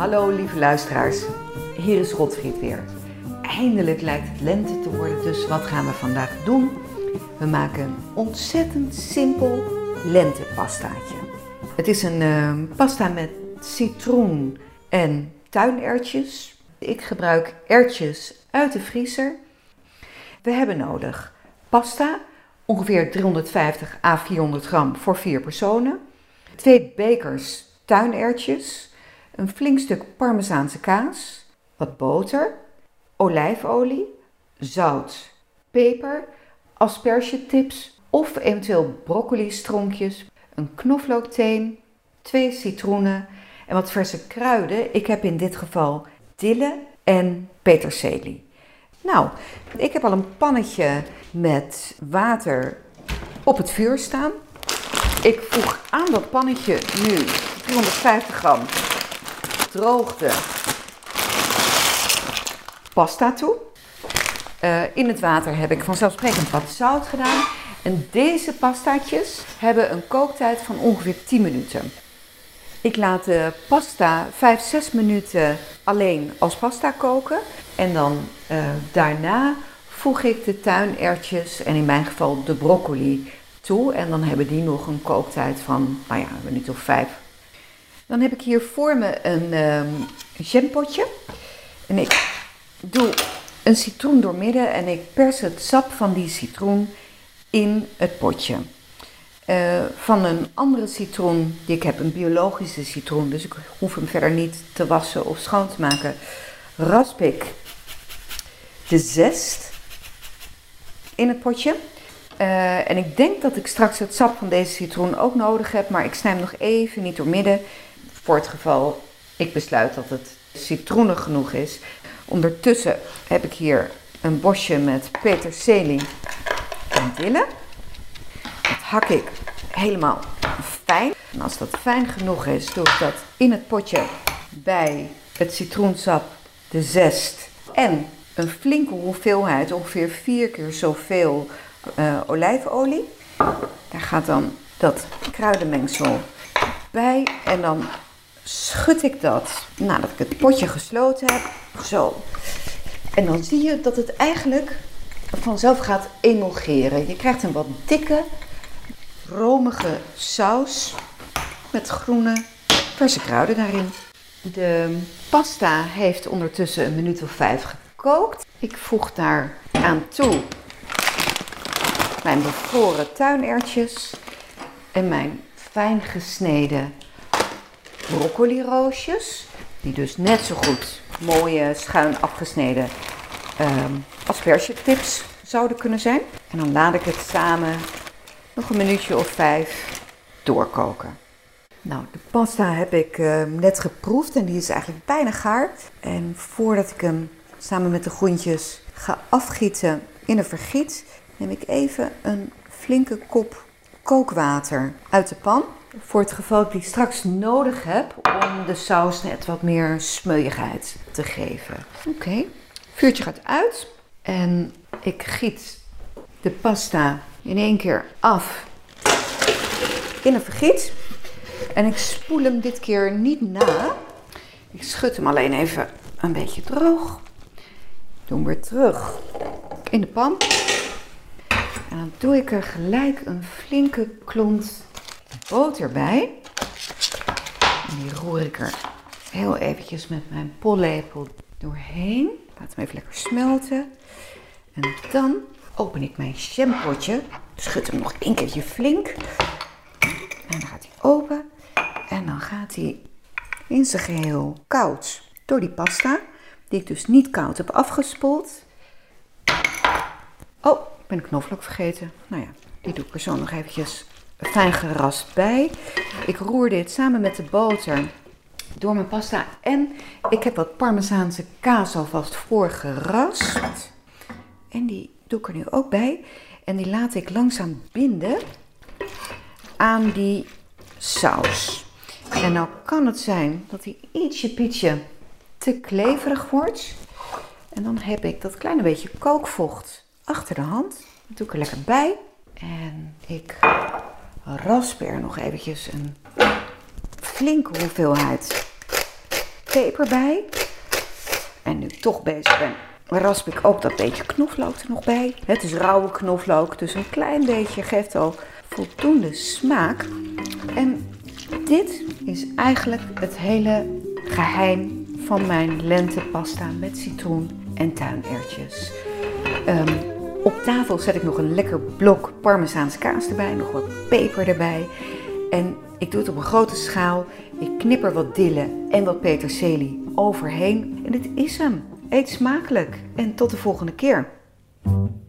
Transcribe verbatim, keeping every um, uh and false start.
Hallo lieve luisteraars, hier is Godfried weer. Eindelijk lijkt het lente te worden, dus wat gaan we vandaag doen? We maken een ontzettend simpel lentepastaatje. Het is een uh, pasta met citroen en tuinerwtjes. Ik gebruik erwtjes uit de vriezer. We hebben nodig pasta, ongeveer driehonderdvijftig à vierhonderd gram voor vier personen. Twee bekers tuinerwtjes. Een flink stuk parmezaanse kaas, wat boter, olijfolie, zout, peper, aspergetips of eventueel broccoli-stronkjes, een knoflookteen, twee citroenen en wat verse kruiden. Ik heb in dit geval dille en peterselie. Nou, ik heb al een pannetje met water op het vuur staan. Ik voeg aan dat pannetje nu driehonderdvijftig gram droogde pasta toe. Uh, in het water heb ik vanzelfsprekend wat zout gedaan. En deze pastaatjes hebben een kooktijd van ongeveer tien minuten. Ik laat de pasta vijf, zes minuten alleen als pasta koken. En dan uh, daarna voeg ik de tuinerwtjes en in mijn geval de broccoli toe. En dan hebben die nog een kooktijd van, nou ja, een minuut of vijf. Dan heb ik hier voor me een um, jampotje. En ik doe een citroen doormidden en ik pers het sap van die citroen in het potje. Uh, van een andere citroen, die ik heb, een biologische citroen, dus ik hoef hem verder niet te wassen of schoon te maken, rasp ik de zest in het potje. Uh, en ik denk dat ik straks het sap van deze citroen ook nodig heb, maar ik snij hem nog even niet doormidden. Voor het geval ik besluit dat het citroenig genoeg is. Ondertussen heb ik hier een bosje met peterselie en dille. Dat hak ik helemaal fijn. En als dat fijn genoeg is, doe ik dat in het potje bij het citroensap, de zest en een flinke hoeveelheid, ongeveer vier keer zoveel uh, olijfolie. Daar gaat dan dat kruidenmengsel bij en dan schud ik dat nadat ik het potje gesloten heb. Zo. En dan zie je dat het eigenlijk vanzelf gaat emulgeren. Je krijgt een wat dikke, romige saus met groene, verse kruiden daarin. De pasta heeft ondertussen een minuut of vijf gekookt. Ik voeg daar aan toe mijn bevroren tuinerwtjes en mijn fijn gesneden broccoliroosjes, die dus net zo goed mooie schuin afgesneden um, aspergetips zouden kunnen zijn. En dan laat ik het samen nog een minuutje of vijf doorkoken. Nou, de pasta heb ik uh, net geproefd en die is eigenlijk bijna gaar. En voordat ik hem samen met de groentjes ga afgieten in een vergiet, neem ik even een flinke kop kookwater uit de pan. Voor het geval ik die straks nodig heb om de saus net wat meer smeuïgheid te geven. Oké, okay. Vuurtje gaat uit en ik giet de pasta in één keer af in een vergiet. En ik spoel hem dit keer niet na. Ik schud hem alleen even een beetje droog. Doe hem weer terug in de pan. En dan doe ik er gelijk een flinke klont boter bij. En die roer ik er heel eventjes met mijn pollepel doorheen. Laat hem even lekker smelten. En dan open ik mijn jampotje. Schud hem nog één keertje flink. En dan gaat hij open. En dan gaat hij in zijn geheel koud door die pasta. Die ik dus niet koud heb afgespoeld. Oh, ik ben de knoflook vergeten. Nou ja, die doe ik er zo nog eventjes fijn geraspt bij. Ik roer dit samen met de boter door mijn pasta. En ik heb wat parmezaanse kaas alvast voor geraspt. En die doe ik er nu ook bij. En die laat ik langzaam binden aan die saus. En nou kan het zijn dat die ietsje pietje te kleverig wordt. En dan heb ik dat kleine beetje kookvocht achter de hand. Dat doe ik er lekker bij. En ik rasp er nog eventjes een flinke hoeveelheid peper bij. En nu ik toch bezig ben, rasp ik ook dat beetje knoflook er nog bij. Het is rauwe knoflook, dus een klein beetje geeft al voldoende smaak. En dit is eigenlijk het hele geheim van mijn lentepasta met citroen en tuinerwtjes. Um, op tafel zet ik nog een lekker blok Parmezaanse kaas erbij, nog wat peper erbij. En ik doe het op een grote schaal. Ik knip er wat dille en wat peterselie overheen. En dit is hem. Eet smakelijk en tot de volgende keer.